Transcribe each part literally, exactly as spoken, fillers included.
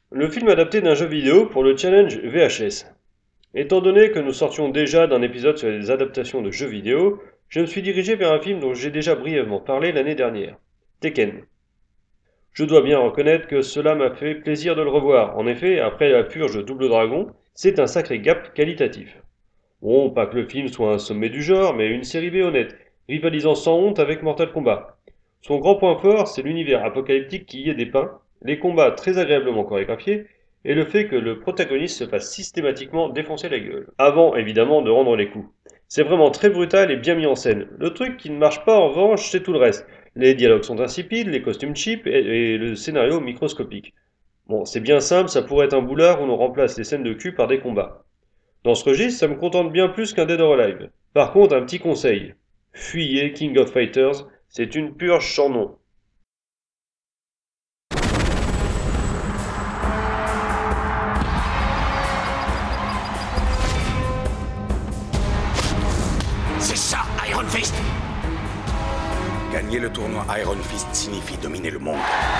Le film adapté d'un jeu vidéo pour le challenge V H S. Étant donné que nous sortions déjà d'un épisode sur les adaptations de jeux vidéo, je me suis dirigé vers un film dont j'ai déjà brièvement parlé l'année dernière, Tekken. Je dois bien reconnaître que cela m'a fait plaisir de le revoir. En effet, après la purge Double Dragon, c'est un sacré gap qualitatif. Bon, pas que le film soit un sommet du genre, mais une série B honnête, rivalisant sans honte avec Mortal Kombat. Son grand point fort, c'est l'univers apocalyptique qui y est dépeint, les combats très agréablement chorégraphiés, et le fait que le protagoniste se fasse systématiquement défoncer la gueule. Avant, évidemment, de rendre les coups. C'est vraiment très brutal et bien mis en scène. Le truc qui ne marche pas en revanche, c'est tout le reste. Les dialogues sont insipides, les costumes cheap et, et le scénario microscopique. Bon, c'est bien simple, ça pourrait être un boulard où l'on remplace les scènes de cul par des combats. Dans ce registre, ça me contente bien plus qu'un Dead or Alive. Par contre, un petit conseil. Fuyez King of Fighters, c'est une purge sans nom. C'est ça, Iron Fist! Gagner le tournoi Iron Fist signifie dominer le monde.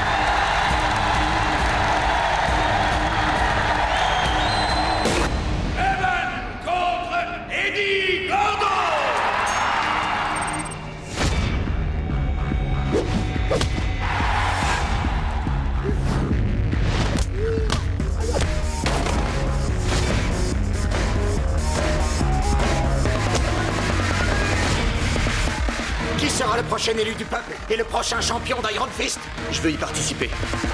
Evan contre Eddie Gordo! Qui sera le prochain élu du peuple et le prochain champion d'Iron Fist? Je veux y participer.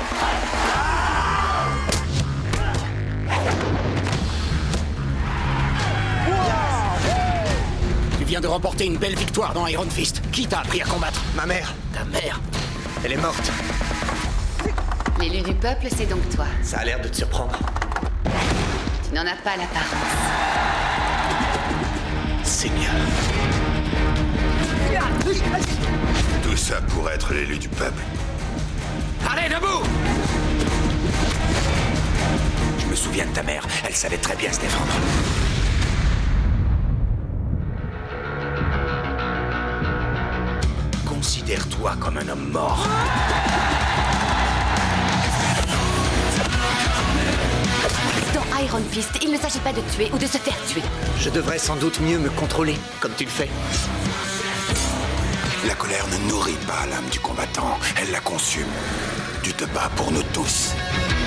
Tu viens de remporter une belle victoire dans Iron Fist. Qui t'a appris à combattre? Ma mère, Ta mère. elle est morte. L'élu du peuple, c'est donc toi. Ça a l'air de te surprendre. Tu n'en as pas l'apparence. Seigneur. Tout ça pour être l'élu du peuple. Allez, debout! Je me souviens de ta mère. Elle savait très bien se défendre. Considère-toi comme un homme mort. Dans Iron Fist, il ne s'agit pas de tuer ou de se faire tuer. Je devrais sans doute mieux me contrôler, comme tu le fais. La colère ne nourrit pas l'âme du combattant, elle la consume. Tu te bats pour nous tous.